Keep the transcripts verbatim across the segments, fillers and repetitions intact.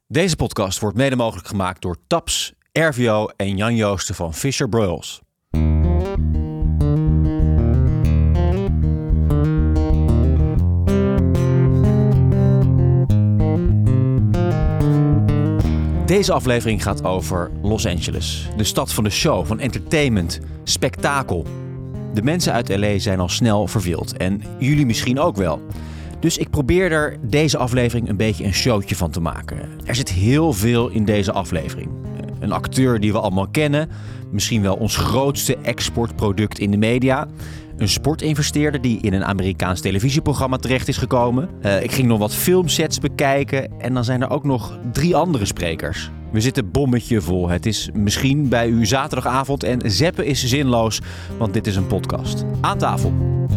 Deze podcast wordt mede mogelijk gemaakt door Taps, R V O en Jan Joosten van Fisher Broyles. Deze aflevering gaat over Los Angeles. De stad van de show, van entertainment, spektakel. De mensen uit L A zijn al snel verveeld en jullie misschien ook wel. Dus ik probeer er deze aflevering een beetje een showtje van te maken. Er zit heel veel in deze aflevering. Een acteur die we allemaal kennen. Misschien wel ons grootste exportproduct in de media. Een sportinvesteerder die in een Amerikaans televisieprogramma terecht is gekomen. Uh, ik ging nog wat filmsets bekijken. En dan zijn er ook nog drie andere sprekers. We zitten bommetje vol. Het is misschien bij u zaterdagavond en zappen is zinloos, want dit is een podcast. Aan tafel.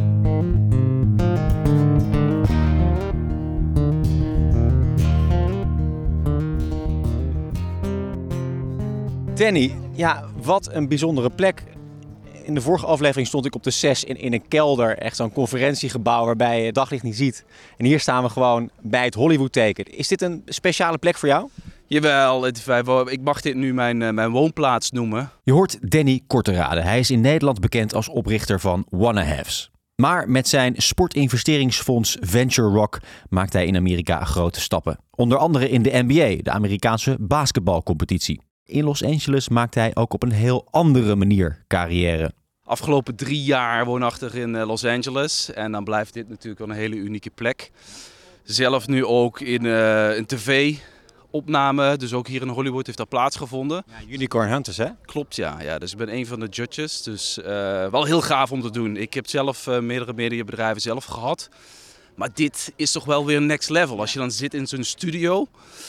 Danny, ja, wat een bijzondere plek. In de vorige aflevering stond ik op de zes in, in een kelder, echt zo'n conferentiegebouw waarbij je het daglicht niet ziet. En hier staan we gewoon bij het Hollywood-teken. Is dit een speciale plek voor jou? Jawel, het, ik mag dit nu mijn, uh, mijn woonplaats noemen. Je hoort Danny Korterade. Hij is in Nederland bekend als oprichter van Wanna Haves. Maar met zijn sportinvesteringsfonds Venture Rock maakt hij in Amerika grote stappen. Onder andere in de N B A, de Amerikaanse basketbalcompetitie. In Los Angeles maakt hij ook op een heel andere manier carrière. Afgelopen drie jaar woonachtig in Los Angeles. En dan blijft dit natuurlijk wel een hele unieke plek. Zelf nu ook in uh, een tv-opname. Dus ook hier in Hollywood heeft dat plaatsgevonden. Ja, Unicorn Hunters, hè? Klopt, ja. ja. Dus ik ben een van de judges. Dus uh, wel heel gaaf om te doen. Ik heb zelf uh, meerdere mediabedrijven zelf gehad. Maar dit is toch wel weer next level. Als je dan zit in zo'n studio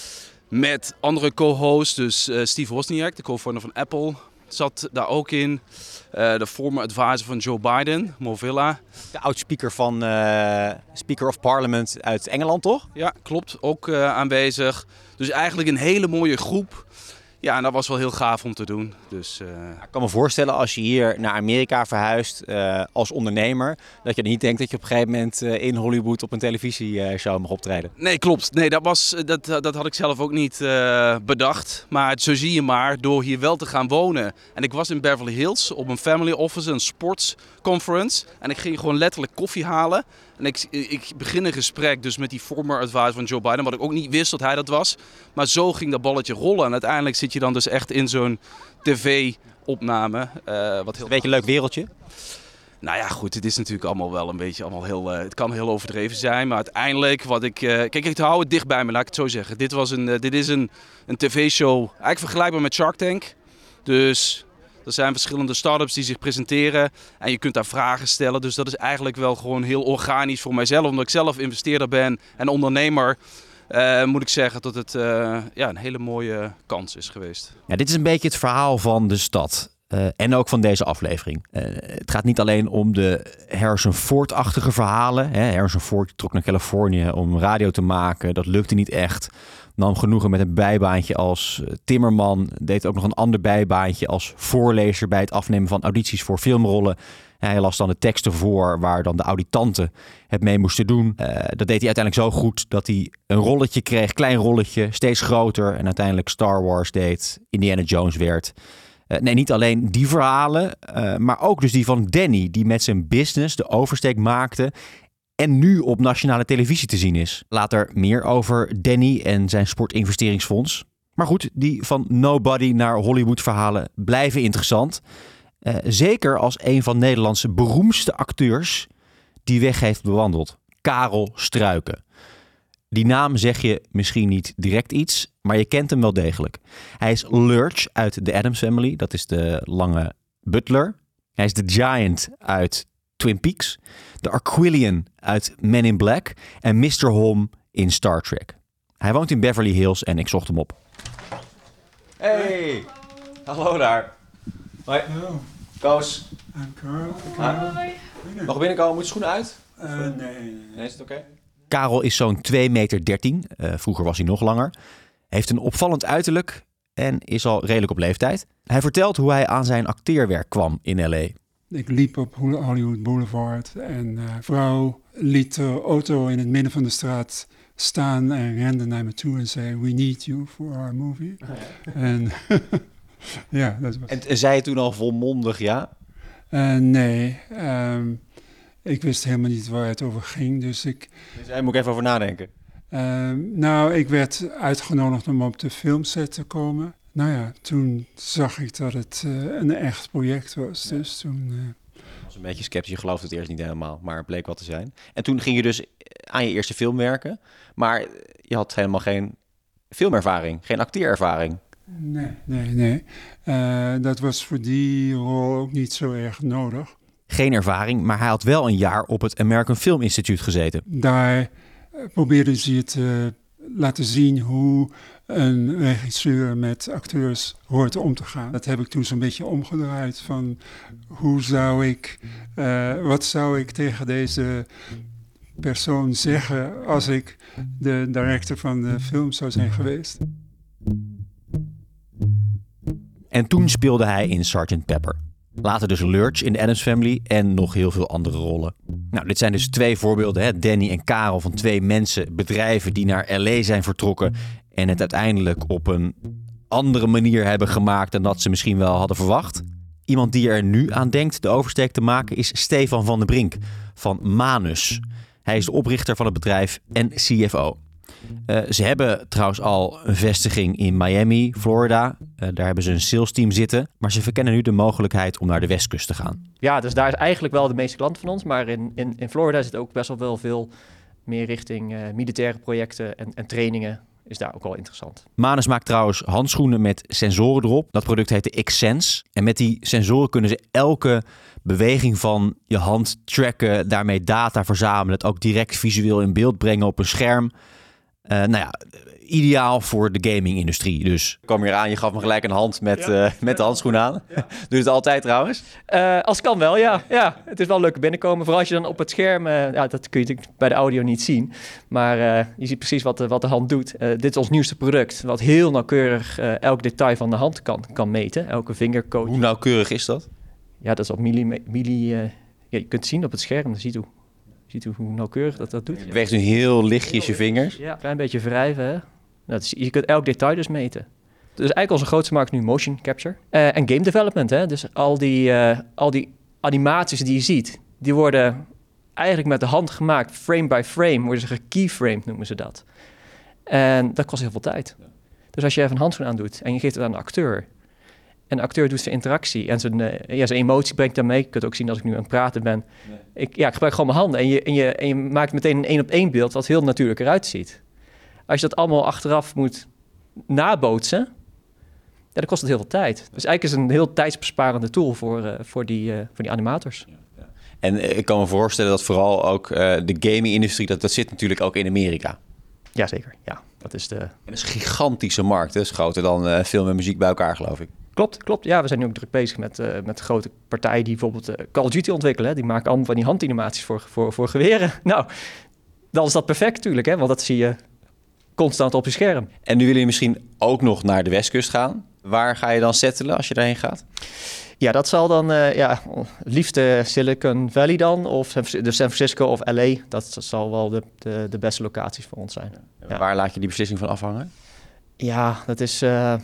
met andere co-hosts, dus uh, Steve Wozniak, de co-founder van Apple, zat daar ook in. Uh, de former advisor van Joe Biden, Mo Villa. De oud-speaker van uh, Speaker of Parliament uit Engeland, toch? Ja, klopt. Ook uh, aanwezig. Dus eigenlijk een hele mooie groep. Ja, en dat was wel heel gaaf om te doen. Dus, uh... Ik kan me voorstellen als je hier naar Amerika verhuist uh, als ondernemer, dat je niet denkt dat je op een gegeven moment uh, in Hollywood op een televisieshow mag optreden. Nee, klopt. Nee, dat, was, dat, dat had ik zelf ook niet uh, bedacht. Maar zo zie je maar, door hier wel te gaan wonen. En ik was in Beverly Hills op een family office, een sports conference. En ik ging gewoon letterlijk koffie halen. En ik, ik begin een gesprek dus met die former advisor van Joe Biden, wat ik ook niet wist dat hij dat was. Maar zo ging dat balletje rollen. En uiteindelijk zit je dan dus echt in zo'n tv-opname. Uh, wat heel een beetje een leuk wereldje. Nou ja, goed, het is natuurlijk allemaal wel een beetje allemaal heel, uh, het kan heel overdreven zijn. Maar uiteindelijk, wat ik, uh, kijk, ik hou het dicht bij me, laat ik het zo zeggen. Dit, was een, uh, dit is een, een tv-show, eigenlijk vergelijkbaar met Shark Tank. Dus er zijn verschillende start-ups die zich presenteren en je kunt daar vragen stellen. Dus dat is eigenlijk wel gewoon heel organisch voor mijzelf. Omdat ik zelf investeerder ben en ondernemer, uh, moet ik zeggen dat het uh, ja, een hele mooie kans is geweest. Ja, dit is een beetje het verhaal van de stad. Uh, en ook van deze aflevering. Uh, het gaat niet alleen om de Harrison Ford-achtige verhalen. Hè. Harrison Ford trok naar Californië om radio te maken. Dat lukte niet echt. Nam genoegen met een bijbaantje als timmerman. Deed ook nog een ander bijbaantje als voorlezer bij het afnemen van audities voor filmrollen. Hij las dan de teksten voor waar dan de auditanten het mee moesten doen. Uh, dat deed hij uiteindelijk zo goed dat hij een rolletje kreeg. Klein rolletje, steeds groter. En uiteindelijk Star Wars deed, Indiana Jones werd. Uh, nee, niet alleen die verhalen, uh, maar ook dus die van Danny, die met zijn business de oversteek maakte en nu op nationale televisie te zien is. Later meer over Danny en zijn sportinvesteringsfonds. Maar goed, die van nobody naar Hollywood verhalen blijven interessant. Uh, zeker als een van Nederlands beroemdste acteurs die weg heeft bewandeld. Karel Struiken. Die naam zeg je misschien niet direct iets, maar je kent hem wel degelijk. Hij is Lurch uit The Addams Family, dat is de lange butler. Hij is de Giant uit Twin Peaks, de Aquilian uit Men in Black en mister Holm in Star Trek. Hij woont in Beverly Hills en ik zocht hem op. Hey, hallo daar. Hoi. Hallo. Koos. I'm Carl. Hoi. Mag ik binnenkomen? Moet je schoenen uit? Uh, nee, nee. Nee, is het oké? Okay? Karel is zo'n twee meter dertien. Uh, vroeger was hij nog langer. Heeft een opvallend uiterlijk en is al redelijk op leeftijd. Hij vertelt hoe hij aan zijn acteerwerk kwam in L A. Ik liep op Hollywood Boulevard en uh, vrouw liet de auto in het midden van de straat staan en renden naar me toe en zei, we need you for our movie. En ja, dat was... En, en zei je toen al volmondig ja? Uh, nee, um, ik wist helemaal niet waar het over ging, dus ik... Dus daar moet ik even over nadenken. Uh, nou, ik werd uitgenodigd om op de filmset te komen. Nou ja, toen zag ik dat het uh, een echt project was, dus toen... Uh, een beetje sceptisch, je gelooft het eerst niet helemaal, maar het bleek wat te zijn. En toen ging je dus aan je eerste film werken, maar je had helemaal geen filmervaring, geen acteerervaring. Nee, nee, nee. Uh, dat was voor die rol ook niet zo erg nodig. Geen ervaring, maar hij had wel een jaar op het American Film Institute gezeten. Daar probeerden ze het te laten zien hoe een regisseur met acteurs hoort om te gaan. Dat heb ik toen zo'n beetje omgedraaid van hoe zou ik, uh, wat zou ik tegen deze persoon zeggen als ik de director van de film zou zijn geweest. En toen speelde hij in sergeant Pepper. Later dus Lurch in de Addams Family en nog heel veel andere rollen. Nou, dit zijn dus twee voorbeelden, hè? Danny en Karel, van twee mensen, bedrijven die naar L A zijn vertrokken en het uiteindelijk op een andere manier hebben gemaakt dan dat ze misschien wel hadden verwacht. Iemand die er nu aan denkt de oversteek te maken is Stefan van den Brink van Manus. Hij is de oprichter van het bedrijf en C F O. Uh, ze hebben trouwens al een vestiging in Miami, Florida. Uh, daar hebben ze een sales team zitten. Maar ze verkennen nu de mogelijkheid om naar de westkust te gaan. Ja, dus daar is eigenlijk wel de meeste klanten van ons. Maar in, in, in Florida zit ook best wel wel veel meer richting uh, militaire projecten en, en trainingen. Is daar ook wel interessant. Manus maakt trouwens handschoenen met sensoren erop. Dat product heet de X-Sense. En met die sensoren kunnen ze elke beweging van je hand tracken. Daarmee data verzamelen. Het ook direct visueel in beeld brengen op een scherm. Uh, nou ja, ideaal voor de gaming-industrie. Dus ik kwam hier aan, je gaf me gelijk een hand met, ja. uh, met de handschoen aan. Ja. Doe je het altijd trouwens? Uh, als kan wel, ja. ja. Het is wel leuk binnenkomen. Vooral als je dan op het scherm... Uh, ja, dat kun je bij de audio niet zien. Maar uh, je ziet precies wat de, wat de hand doet. Uh, dit is ons nieuwste product. Wat heel nauwkeurig uh, elk detail van de hand kan, kan meten. Elke vingercode. Hoe nauwkeurig is dat? Ja, dat is op milli... milli uh, ja, je kunt het zien op het scherm. Dan ziet hoe... Ziet hoe nauwkeurig dat dat doet. Je beweegt nu heel lichtjes je vingers. Ja, een klein beetje wrijven. Hè? Dat is, je kunt elk detail dus meten. Dus eigenlijk onze grootste markt is nu motion capture. Uh, en game development. Hè? Dus al die, uh, al die animaties die je ziet, die worden eigenlijk met de hand gemaakt. Frame by frame worden ze gekeyframed, noemen ze dat. En dat kost heel veel tijd. Dus als je even een handschoen aandoet en je geeft het aan de acteur. En de acteur doet zijn interactie en zijn, uh, ja, zijn emotie brengt daarmee. Je kunt ook zien als ik nu aan het praten ben. Nee. Ik, ja, ik gebruik gewoon mijn handen en je, en, je, en je maakt meteen een één-op-één beeld wat heel natuurlijk eruit ziet. Als je dat allemaal achteraf moet nabootsen, ja, dan kost het heel veel tijd. Dus eigenlijk is het een heel tijdsbesparende tool voor, uh, voor, die, uh, voor die animators. Ja, ja. En uh, ik kan me voorstellen dat vooral ook uh, de gaming-industrie, dat, dat zit natuurlijk ook in Amerika. Jazeker, ja. Dat is de... En dat is een gigantische markt. Dat is groter dan uh, film en muziek bij elkaar, geloof ik. Klopt, klopt. Ja, we zijn nu ook druk bezig met, uh, met grote partijen die bijvoorbeeld uh, Call of Duty ontwikkelen. Hè. Die maken allemaal van die handanimaties voor, voor, voor geweren. Nou, dan is dat perfect natuurlijk, hè, want dat zie je constant op je scherm. En nu willen je misschien ook nog naar de westkust gaan. Waar ga je dan settelen als je daarheen gaat? Ja, dat zal dan uh, ja, het liefst Silicon Valley dan, of de San Francisco of L A. Dat zal wel de, de, de beste locaties voor ons zijn. Ja. Waar laat je die beslissing van afhangen? Ja, dat is... Uh,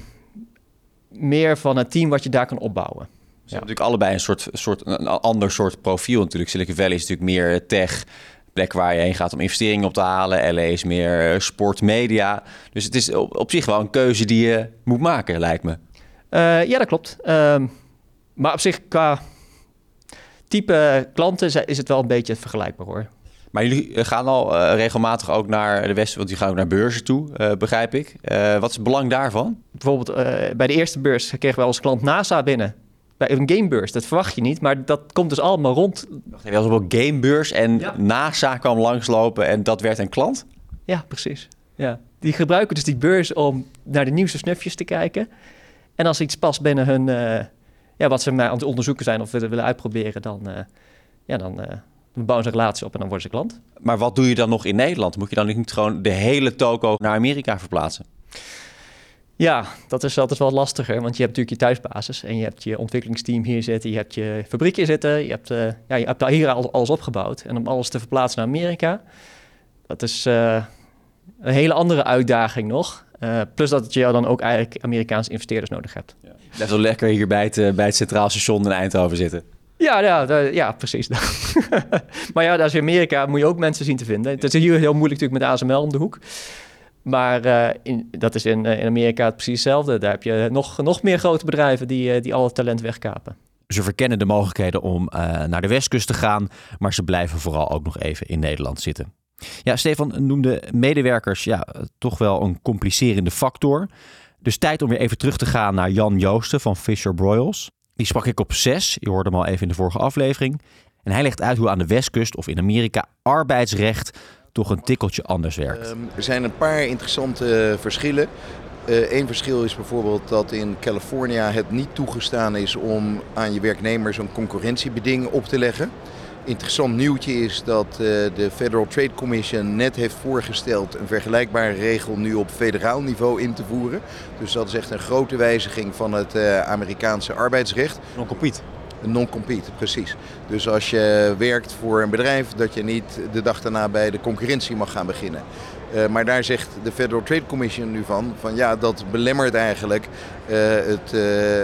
meer van het team wat je daar kan opbouwen. Ze ja. hebben natuurlijk allebei een soort, soort een ander soort profiel natuurlijk. Silicon Valley is natuurlijk meer tech, plek waar je heen gaat om investeringen op te halen. L A is meer sport, media. Dus het is op, op zich wel een keuze die je moet maken, lijkt me. Uh, ja, dat klopt. Uh, maar op zich qua type klanten is het wel een beetje vergelijkbaar, hoor. Maar jullie gaan al uh, regelmatig ook naar de Westen, want jullie gaan ook naar beurzen toe, uh, begrijp ik. Uh, wat is het belang daarvan? Bijvoorbeeld uh, bij de eerste beurs kregen wij als klant NASA binnen. Bij een gamebeurs, dat verwacht je niet, maar dat komt dus allemaal rond. Wacht even, was op een gamebeurs en ja. NASA kwam langslopen en dat werd een klant? Ja, precies. Ja. Die gebruiken dus die beurs om naar de nieuwste snufjes te kijken. En als iets past binnen hun, uh, ja, wat ze aan het onderzoeken zijn of willen uitproberen, dan... Uh, ja, dan uh, we bouwen ze een relatie op en dan worden ze klant. Maar wat doe je dan nog in Nederland? Moet je dan niet gewoon de hele toko naar Amerika verplaatsen? Ja, dat is altijd wel lastiger, want je hebt natuurlijk je thuisbasis en je hebt je ontwikkelingsteam hier zitten, je hebt je fabriek hier zitten, je hebt, uh, ja, je hebt daar hier alles opgebouwd. En om alles te verplaatsen naar Amerika, dat is, uh, een hele andere uitdaging nog. Uh, plus dat je dan ook eigenlijk Amerikaanse investeerders nodig hebt. Ja. Blijf wel lekker hier bij het, uh, bij het Centraal Station in Eindhoven zitten. Ja, ja, daar, ja precies. Maar ja, daar is in Amerika moet je ook mensen zien te vinden. Het is hier heel moeilijk natuurlijk met A S M L om de hoek. Maar uh, in, dat is in, uh, in Amerika precies hetzelfde. Daar heb je nog, nog meer grote bedrijven die, uh, die al het talent wegkapen. Ze verkennen de mogelijkheden om uh, naar de westkust te gaan, maar ze blijven vooral ook nog even in Nederland zitten. Ja, Stefan noemde medewerkers ja, toch wel een complicerende factor. Dus tijd om weer even terug te gaan naar Jan Joosten van Fisher Broyles. Die sprak ik op zes, je hoorde hem al even in de vorige aflevering. En hij legt uit hoe aan de westkust of in Amerika arbeidsrecht toch een tikkeltje anders werkt. Um, er zijn een paar interessante uh, verschillen. Eén uh, verschil is bijvoorbeeld dat in California het niet toegestaan is om aan je werknemers een concurrentiebeding op te leggen. Interessant nieuwtje is dat uh, de Federal Trade Commission net heeft voorgesteld een vergelijkbare regel nu op federaal niveau in te voeren. Dus dat is echt een grote wijziging van het uh, Amerikaanse arbeidsrecht. Non-compete. Een non-compete, precies. Dus als je werkt voor een bedrijf dat je niet de dag daarna bij de concurrentie mag gaan beginnen. Uh, maar daar zegt de Federal Trade Commission nu van, van ja, dat belemmert eigenlijk uh, het... Uh, uh,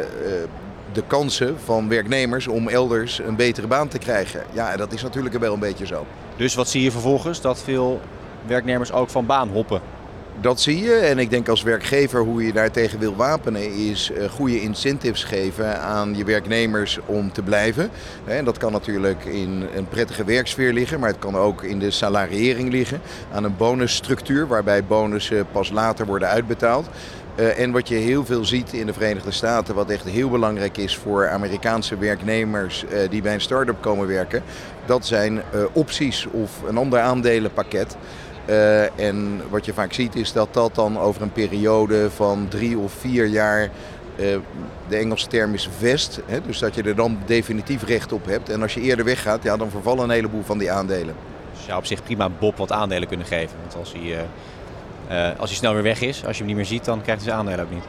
de kansen van werknemers om elders een betere baan te krijgen. Ja, dat is natuurlijk wel een beetje zo. Dus wat zie je vervolgens? Dat veel werknemers ook van baan hoppen? Dat zie je. En ik denk als werkgever hoe je daartegen wil wapenen is uh, goede incentives geven aan je werknemers om te blijven. En dat kan natuurlijk in een prettige werksfeer liggen, maar het kan ook in de salariering liggen. Aan een bonusstructuur waarbij bonussen pas later worden uitbetaald. Uh, en wat je heel veel ziet in de Verenigde Staten, wat echt heel belangrijk is voor Amerikaanse werknemers uh, die bij een start-up komen werken, dat zijn uh, opties of een ander aandelenpakket. Uh, en wat je vaak ziet is dat dat dan over een periode van drie of vier jaar, uh, de Engelse term is vest, hè, dus dat je er dan definitief recht op hebt. En als je eerder weggaat, ja, dan vervallen een heleboel van die aandelen. Dus je zou op zich prima Bob wat aandelen kunnen geven, want als hij... Uh... Uh, als hij snel weer weg is, als je hem niet meer ziet, dan krijgt hij zijn aandelen ook niet.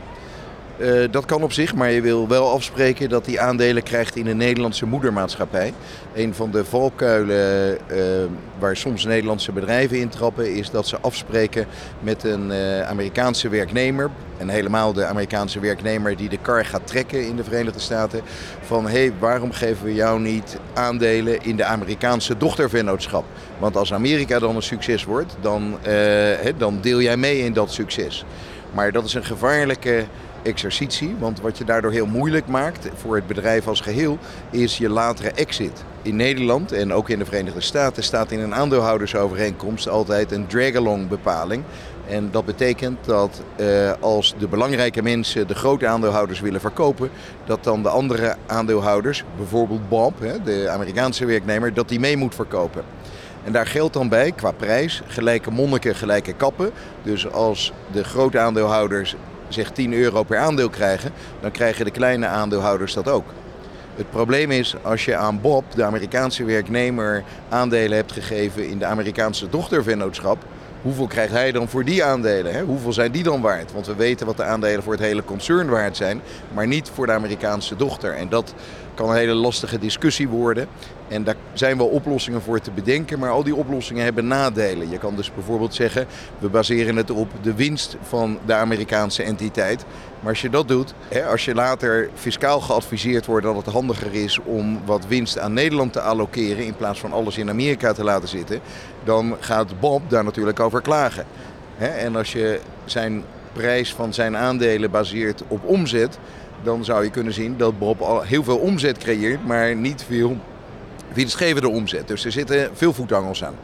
Uh, dat kan op zich, maar je wil wel afspreken dat hij aandelen krijgt in een Nederlandse moedermaatschappij. Een van de valkuilen uh, waar soms Nederlandse bedrijven intrappen is dat ze afspreken met een uh, Amerikaanse werknemer. En helemaal de Amerikaanse werknemer die de kar gaat trekken in de Verenigde Staten. Van hé, hey, waarom geven we jou niet aandelen in de Amerikaanse dochtervennootschap? Want als Amerika dan een succes wordt, dan, uh, he, dan deel jij mee in dat succes. Maar dat is een gevaarlijke exercitie, want wat je daardoor heel moeilijk maakt voor het bedrijf als geheel, is je latere exit. In Nederland en ook in de Verenigde Staten staat in een aandeelhoudersovereenkomst altijd een drag-along bepaling. En dat betekent dat uh, als de belangrijke mensen de grote aandeelhouders willen verkopen, dat dan de andere aandeelhouders, bijvoorbeeld Bob, hè, de Amerikaanse werknemer, dat die mee moet verkopen. En daar geldt dan bij, qua prijs, gelijke monniken, gelijke kappen. Dus als de grote aandeelhouders zeg tien euro per aandeel krijgen, dan krijgen de kleine aandeelhouders dat ook. Het probleem is, als je aan Bob, de Amerikaanse werknemer, aandelen hebt gegeven in de Amerikaanse dochtervennootschap, hoeveel krijgt hij dan voor die aandelen? Hè? Hoeveel zijn die dan waard? Want we weten wat de aandelen voor het hele concern waard zijn, maar niet voor de Amerikaanse dochter. En dat kan een hele lastige discussie worden. En daar zijn wel oplossingen voor te bedenken, maar al die oplossingen hebben nadelen. Je kan dus bijvoorbeeld zeggen, we baseren het op de winst van de Amerikaanse entiteit. Maar als je dat doet, hè, als je later fiscaal geadviseerd wordt dat het handiger is om wat winst aan Nederland te allokeren in plaats van alles in Amerika te laten zitten, dan gaat Bob daar natuurlijk over klagen. Hè, en als je zijn prijs van zijn aandelen baseert op omzet, dan zou je kunnen zien dat Bob al heel veel omzet creëert, maar niet veel winstgevende omzet. Dus er zitten veel voetangels aan.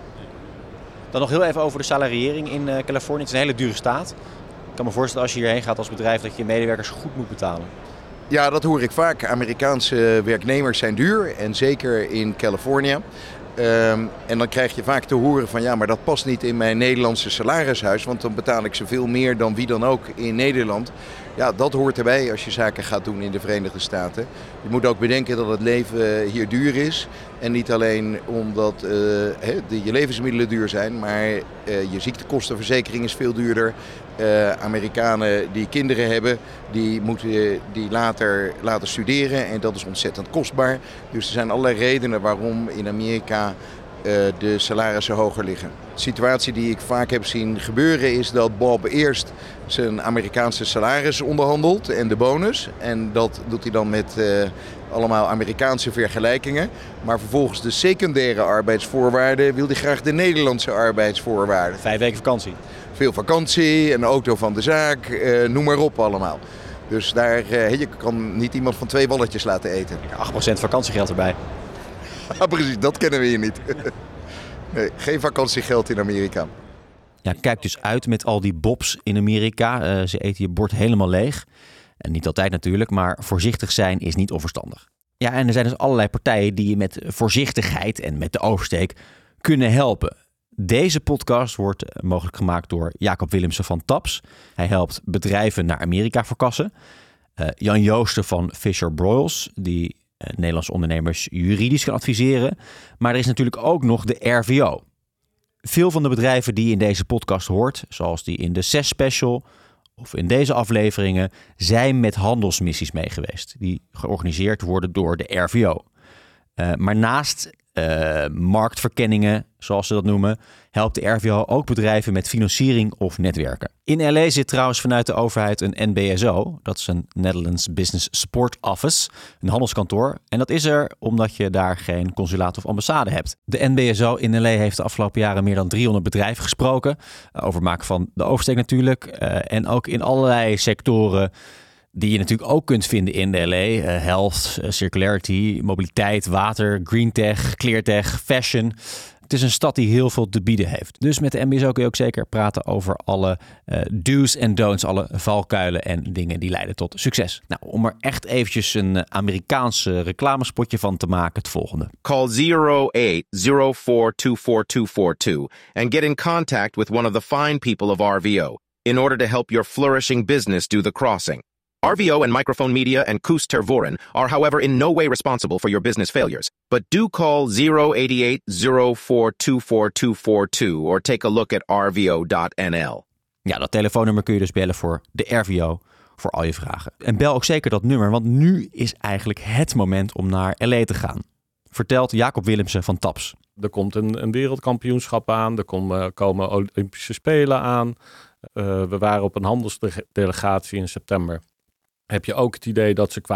Dan nog heel even over de salariering in uh, Californië. Het is een hele dure staat. Ik kan me voorstellen als je hierheen gaat als bedrijf dat je medewerkers goed moet betalen. Ja, dat hoor ik vaak. Amerikaanse werknemers zijn duur en zeker in Californië. Um, en dan krijg je vaak te horen van ja, maar dat past niet in mijn Nederlandse salarishuis, want dan betaal ik zoveel meer dan wie dan ook in Nederland. Ja, dat hoort erbij als je zaken gaat doen in de Verenigde Staten. Je moet ook bedenken dat het leven hier duur is. En niet alleen omdat uh, he, de, je levensmiddelen duur zijn, maar uh, je ziektekostenverzekering is veel duurder. Uh, Amerikanen die kinderen hebben, die moeten die later laten studeren en dat is ontzettend kostbaar. Dus er zijn allerlei redenen waarom in Amerika de salarissen hoger liggen. De situatie die ik vaak heb zien gebeuren is dat Bob eerst zijn Amerikaanse salaris onderhandelt en de bonus. En dat doet hij dan met uh, allemaal Amerikaanse vergelijkingen. Maar vervolgens de secundaire arbeidsvoorwaarden wil hij graag de Nederlandse arbeidsvoorwaarden. Vijf weken vakantie. Veel vakantie, een auto van de zaak, uh, noem maar op allemaal. Dus daar, uh, je kan niet iemand van twee balletjes laten eten. acht procent vakantiegeld erbij. Ja, precies, dat kennen we hier niet. Nee, geen vakantiegeld in Amerika. Ja, kijk dus uit met al die bobs in Amerika. Uh, ze eten je bord helemaal leeg. En niet altijd natuurlijk, maar voorzichtig zijn is niet onverstandig. Ja, en er zijn dus allerlei partijen die je met voorzichtigheid en met de oversteek kunnen helpen. Deze podcast wordt mogelijk gemaakt door Jacob Willemsen van Taps. Hij helpt bedrijven naar Amerika verkassen. Uh, Jan Joosten van Fisher Broyles, die uh, Nederlandse ondernemers juridisch kan adviseren. Maar er is natuurlijk ook nog de R V O. Veel van de bedrijven die je in deze podcast hoort, zoals die in de zes special of in deze afleveringen, zijn met handelsmissies meegeweest. Die georganiseerd worden door de R V O. Uh, maar naast uh, marktverkenningen, zoals ze dat noemen, helpt de R V O ook bedrijven met financiering of netwerken. In L A zit trouwens vanuit de overheid een N B S O. Dat is een Netherlands Business Support Office, een handelskantoor. En dat is er omdat je daar geen consulaat of ambassade hebt. De N B S O in L A heeft de afgelopen jaren meer dan driehonderd bedrijven gesproken. Over het maken van de oversteek natuurlijk. Uh, en ook in allerlei sectoren die je natuurlijk ook kunt vinden in de L A. Uh, health, uh, circularity, mobiliteit, water, green tech, cleartech, fashion. Het is een stad die heel veel te bieden heeft. Dus met de N B S O kun je ook zeker praten over alle uh, do's en don'ts, alle valkuilen en dingen die leiden tot succes. Nou, om er echt eventjes een Amerikaanse reclamespotje van te maken, het volgende. Call zero eight zero four two four two four two and get in contact with one of the fine people of R V O in order to help your flourishing business do the crossing. R V O and Microphone Media and Koos Tervoren are, however, in no way responsible for your business failures. But do call zero eight eight zero four two four two four two or take a look at r v o dot n l. Ja, dat telefoonnummer kun je dus bellen voor de R V O voor al je vragen. En bel ook zeker dat nummer, want nu is eigenlijk het moment om naar L A te gaan. Vertelt Jacob Willemsen van Taps. Er komt een, een wereldkampioenschap aan, er komen, komen Olympische Spelen aan. Uh, we waren op een handelsdelegatie in september. Heb je ook het idee dat ze qua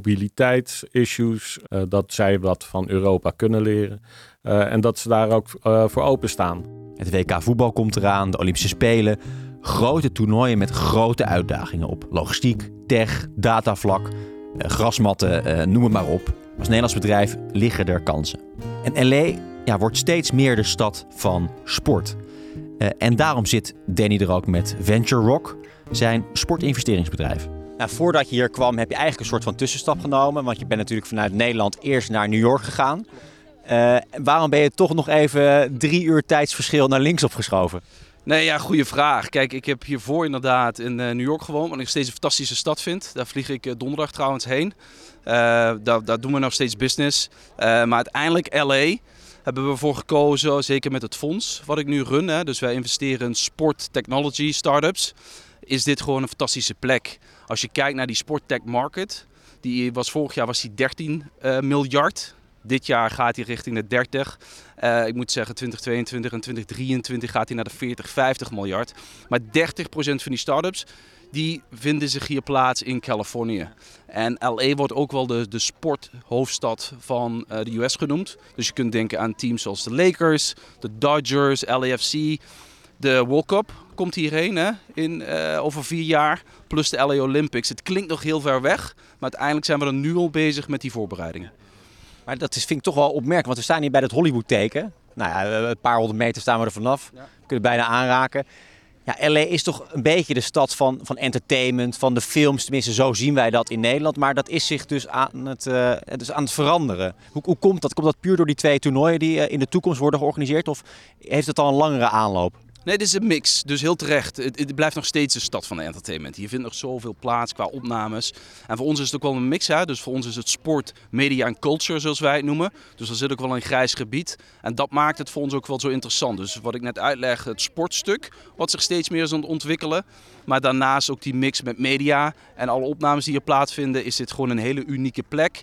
mobiliteitsissues, uh, dat zij wat van Europa kunnen leren. Uh, en dat ze daar ook uh, voor openstaan. Het W K voetbal komt eraan, de Olympische Spelen. Grote toernooien met grote uitdagingen op logistiek, tech, datavlak, uh, grasmatten, uh, noem het maar op. Als Nederlands bedrijf liggen er kansen. En L A ja, wordt steeds meer de stad van sport. Uh, en daarom zit Danny er ook met Venture Rock, zijn sportinvesteringsbedrijf. Nou, voordat je hier kwam heb je eigenlijk een soort van tussenstap genomen. Want je bent natuurlijk vanuit Nederland eerst naar New York gegaan. Uh, waarom ben je toch nog even drie uur tijdsverschil naar links opgeschoven? Nee, ja, goede vraag. Kijk, ik heb hiervoor inderdaad in uh, New York gewoond, wat ik nog steeds een fantastische stad vind. Daar vlieg ik uh, donderdag trouwens heen. Uh, daar, daar doen we nog steeds business. Uh, maar uiteindelijk L A hebben we ervoor gekozen, zeker met het fonds wat ik nu run. Hè, dus wij investeren in sport technology startups. Is dit gewoon een fantastische plek. Als je kijkt naar die sporttech market, die was vorig jaar was die dertien uh, miljard. Dit jaar gaat hij richting de dertig. Uh, ik moet zeggen twintig tweeëntwintig en twintig drieëntwintig gaat hij naar de veertig, vijftig miljard. Maar dertig procent van die startups die vinden zich hier plaats in Californië. En L A wordt ook wel de, de sporthoofdstad van uh, de U S genoemd. Dus je kunt denken aan teams zoals de Lakers, de Dodgers, L A F C. De World Cup komt hierheen hè, in, uh, over vier jaar, plus de L A Olympics. Het klinkt nog heel ver weg, maar uiteindelijk zijn we er nu al bezig met die voorbereidingen. Maar dat is, vind ik toch wel opmerkelijk, want we staan hier bij het Hollywood-teken. Nou ja, een paar honderd meter staan we er vanaf. Ja. We kunnen bijna aanraken. Ja, L A is toch een beetje de stad van, van entertainment, van de films. Tenminste, zo zien wij dat in Nederland. Maar dat is zich dus aan het, uh, dus aan het veranderen. Hoe, hoe komt dat? Komt dat puur door die twee toernooien die uh, in de toekomst worden georganiseerd? Of heeft het al een langere aanloop? Nee, dit is een mix. Dus heel terecht. Het, het blijft nog steeds een stad van de entertainment. Hier vindt nog zoveel plaats qua opnames. En voor ons is het ook wel een mix. Hè? Dus voor ons is het sport, media en culture, zoals wij het noemen. Dus er zit ook wel een grijs gebied. En dat maakt het voor ons ook wel zo interessant. Dus wat ik net uitleg, het sportstuk, wat zich steeds meer is aan het ontwikkelen. Maar daarnaast ook die mix met media en alle opnames die hier plaatsvinden, is dit gewoon een hele unieke plek.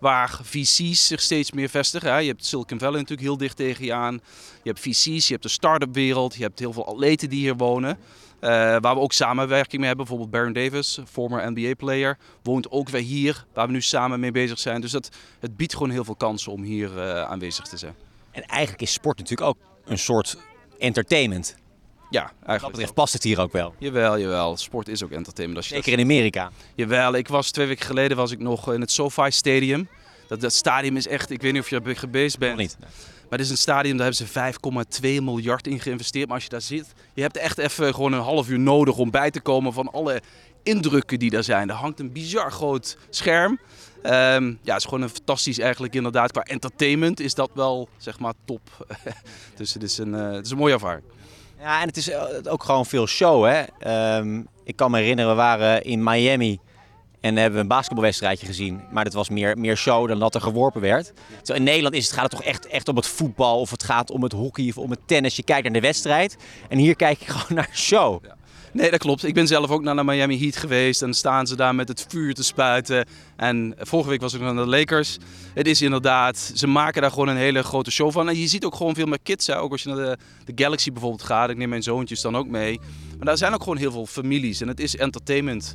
waar V C's zich steeds meer vestigen. Hè. Je hebt Silicon Valley natuurlijk heel dicht tegen je aan. Je hebt V C's, je hebt de start-up wereld, je hebt heel veel atleten die hier wonen. Uh, waar we ook samenwerking mee hebben. Bijvoorbeeld Baron Davis, former N B A-player, woont ook weer hier, waar we nu samen mee bezig zijn. Dus dat, het biedt gewoon heel veel kansen om hier uh, aanwezig te zijn. En eigenlijk is sport natuurlijk ook een soort entertainment. Ja, Wat dat eigenlijk. betreft past het hier ook wel. Jawel, jawel. Sport is ook entertainment. Als je Zeker in Amerika. Jawel, ik was twee weken geleden was ik nog in het SoFi Stadium. Dat, dat stadium is echt, ik weet niet of je er geweest bent. Nog niet. Maar het is een stadium, daar hebben ze vijf komma twee miljard in geïnvesteerd. Maar als je daar zit, je hebt echt even gewoon een half uur nodig om bij te komen van alle indrukken die daar zijn. Er hangt een bizar groot scherm. Um, ja, het is gewoon een fantastisch eigenlijk inderdaad. Qua entertainment is dat wel, zeg maar, top. Dus het is een, uh, het is een mooie ervaring. Ja, en het is ook gewoon veel show, hè. Um, ik kan me herinneren, we waren in Miami en hebben we een basketbalwedstrijdje gezien. Maar dat was meer, meer show dan dat er geworpen werd. Zo in Nederland is het, gaat het toch echt, echt om het voetbal of het gaat om het hockey of om het tennis. Je kijkt naar de wedstrijd en hier kijk je gewoon naar show. Ja. Nee, dat klopt. Ik ben zelf ook naar de Miami Heat geweest. En dan staan ze daar met het vuur te spuiten. En vorige week was ik naar de Lakers. Het is inderdaad, ze maken daar gewoon een hele grote show van. En je ziet ook gewoon veel meer kids. Hè? Ook als je naar de, de Galaxy bijvoorbeeld gaat. Ik neem mijn zoontjes dan ook mee. Maar daar zijn ook gewoon heel veel families. En het is entertainment.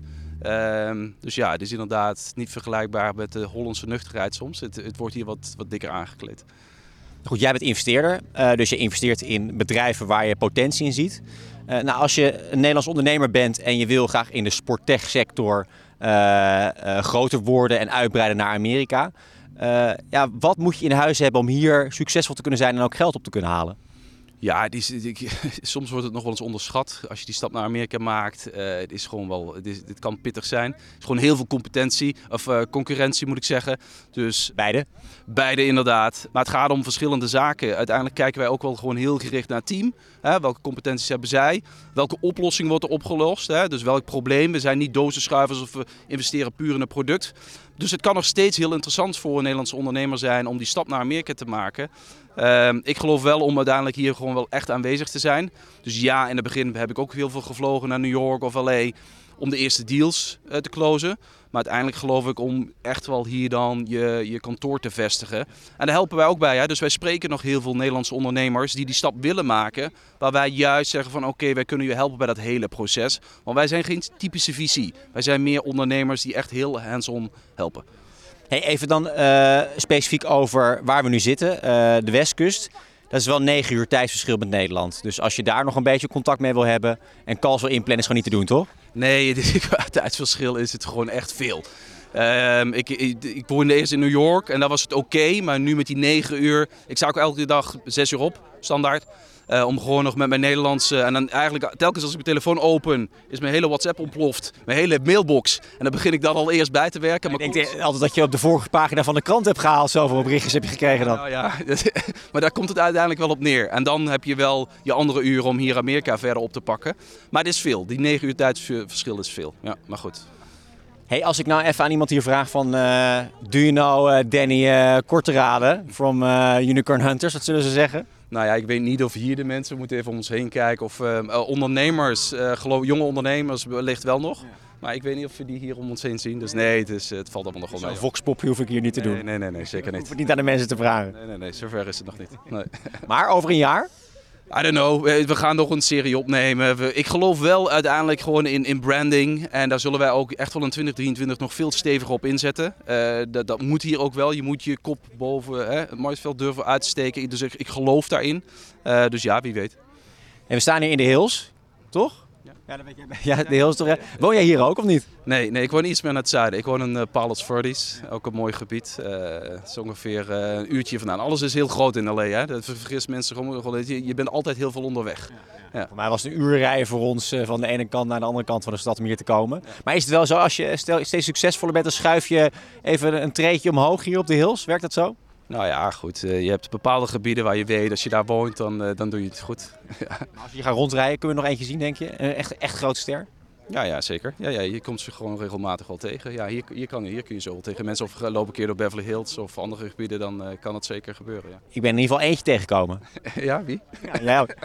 Um, dus ja, het is inderdaad niet vergelijkbaar met de Hollandse nuchterheid soms. Het, het wordt hier wat, wat dikker aangekleed. Goed, jij bent investeerder. Uh, dus je investeert in bedrijven waar je potentie in ziet. Uh, nou, als je een Nederlands ondernemer bent en je wil graag in de sporttech-sector uh, uh, groter worden en uitbreiden naar Amerika. Uh, ja, wat moet je in huis hebben om hier succesvol te kunnen zijn en ook geld op te kunnen halen? Ja, die, die, soms wordt het nog wel eens onderschat als je die stap naar Amerika maakt. Uh, het is gewoon wel, het, is, het kan pittig zijn. Het is gewoon heel veel competentie, of uh, concurrentie moet ik zeggen. Dus beide? Beide inderdaad. Maar het gaat om verschillende zaken. Uiteindelijk kijken wij ook wel gewoon heel gericht naar het team. Hè? Welke competenties hebben zij? Welke oplossing wordt er opgelost? Hè? Dus welk probleem? We zijn niet dozenschuivers of we investeren puur in een product. Dus het kan nog steeds heel interessant voor een Nederlandse ondernemer zijn om die stap naar Amerika te maken. Uh, ik geloof wel om uiteindelijk hier gewoon wel echt aanwezig te zijn. Dus ja, in het begin heb ik ook heel veel gevlogen naar New York of L A om de eerste deals uh, te closen. Maar uiteindelijk geloof ik om echt wel hier dan je, je kantoor te vestigen. En daar helpen wij ook bij. Hè? Dus wij spreken nog heel veel Nederlandse ondernemers die die stap willen maken. Waar wij juist zeggen van oké, okay, wij kunnen je helpen bij dat hele proces. Want wij zijn geen typische V C. Wij zijn meer ondernemers die echt heel hands-on helpen. Hey, even dan uh, specifiek over waar we nu zitten, uh, de Westkust. Dat is wel negen uur tijdsverschil met Nederland. Dus als je daar nog een beetje contact mee wil hebben en calls wil inplannen, is gewoon niet te doen, toch? Nee, qua tijdsverschil is het gewoon echt veel. Uh, ik, ik, ik woonde eerst in New York en daar was het oké, okay, maar nu met die negen uur... Ik sta ook elke dag zes uur op, standaard. Uh, om gewoon nog met mijn Nederlandse... En dan eigenlijk telkens als ik mijn telefoon open, is mijn hele WhatsApp ontploft. Mijn hele mailbox. En dan begin ik dan al eerst bij te werken. Maar ik denk komt... altijd dat je op de vorige pagina van de krant hebt gehaald. Zoveel berichtjes heb je gekregen dan. Nou ja, maar daar komt het uiteindelijk wel op neer. En dan heb je wel je andere uren om hier Amerika verder op te pakken. Maar het is veel. Die negen uur tijdsverschil is veel. Ja, maar goed. Hey, als ik nou even aan iemand hier vraag van... Uh, do you know uh, Danny uh, Korterade from uh, Unicorn Hunters? Wat zullen ze zeggen? Nou ja, ik weet niet of hier de mensen moeten even om ons heen kijken. Of uh, ondernemers, uh, geloof, jonge ondernemers wellicht wel nog. Ja. Maar ik weet niet of we die hier om ons heen zien. Dus nee, het, is, het valt allemaal nog wel mee. Zo'n voxpopje hoef ik hier niet te nee, doen. Nee, nee, nee, zeker niet. Hoef het niet aan de mensen te vragen. Nee, nee, nee, zover is het nog niet. Nee. Maar over een jaar? I don't know, we gaan nog een serie opnemen. We, ik geloof wel uiteindelijk gewoon in, in branding. En daar zullen wij ook echt wel in twintig drieëntwintig nog veel steviger op inzetten. Uh, dat, dat moet hier ook wel. Je moet je kop boven hè, het maisveld durven uitsteken. Dus ik, ik geloof daarin. Uh, dus ja, wie weet. En we staan hier in de Hills, toch? Ja, ja, dat weet jij. Ja, de Hills toch? Woon jij hier ook of niet? Nee, nee, ik woon iets meer naar het zuiden. Ik woon in uh, Palos Verdes, ook een mooi gebied. Uh, het is ongeveer uh, een uurtje vandaan. Alles is heel groot in L A, hè? Dat vergist mensen gewoon. Je, je bent altijd heel veel onderweg. Ja, ja. Ja. Voor mij was het een uur rijden voor ons uh, van de ene kant naar de andere kant van de stad om hier te komen. Ja. Maar is het wel zo, als je stel, steeds succesvoller bent, dan schuif je even een treedje omhoog hier op de Hills? Werkt dat zo? Nou ja, goed. Uh, je hebt bepaalde gebieden waar je weet, als je daar woont, dan, uh, dan doe je het goed. Ja. Als je gaat rondrijden, kunnen we nog eentje zien, denk je? Een echt, echt grote ster? Ja, ja, zeker. Ja, ja, je komt ze gewoon regelmatig wel tegen. Ja, hier, hier, kan, hier kun je zo wel tegen mensen of lopen een keer door Beverly Hills of andere gebieden, dan uh, kan dat zeker gebeuren. Ja. Ik ben in ieder geval eentje tegengekomen. Ja, wie? Ja, jij ook.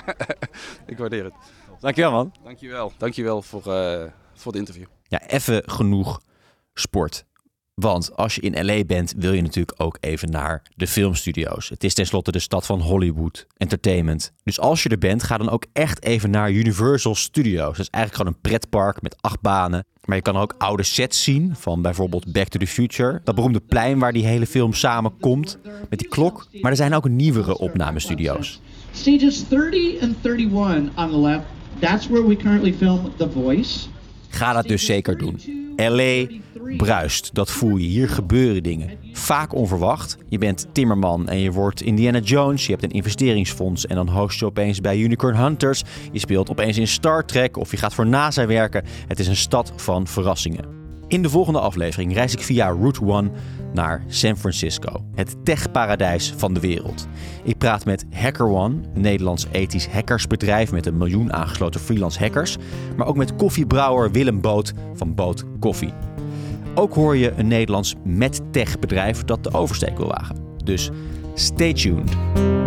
Ik waardeer het. Dankjewel, man. Dankjewel. Dankjewel voor, uh, voor het interview. Ja, even genoeg sport. Want als je in L A bent, wil je natuurlijk ook even naar de filmstudio's. Het is tenslotte de stad van Hollywood, entertainment. Dus als je er bent, ga dan ook echt even naar Universal Studios. Dat is eigenlijk gewoon een pretpark met acht banen. Maar je kan ook oude sets zien van bijvoorbeeld Back to the Future. Dat beroemde plein waar die hele film samenkomt met die klok. Maar er zijn ook nieuwere opnamestudio's. Stages thirty and thirty-one on the left. That's where we currently film The Voice. Ga dat dus zeker doen. L A bruist, dat voel je. Hier gebeuren dingen. Vaak onverwacht. Je bent timmerman en je wordt Indiana Jones. Je hebt een investeringsfonds en dan host je opeens bij Unicorn Hunters. Je speelt opeens in Star Trek of je gaat voor NASA werken. Het is een stad van verrassingen. In de volgende aflevering reis ik via Route one naar San Francisco, het techparadijs van de wereld. Ik praat met HackerOne, een Nederlands ethisch hackersbedrijf met een miljoen aangesloten freelance hackers, maar ook met koffiebrouwer Willem Boot van Boot Koffie. Ook hoor je een Nederlands medtech bedrijf dat de oversteek wil wagen. Dus stay tuned.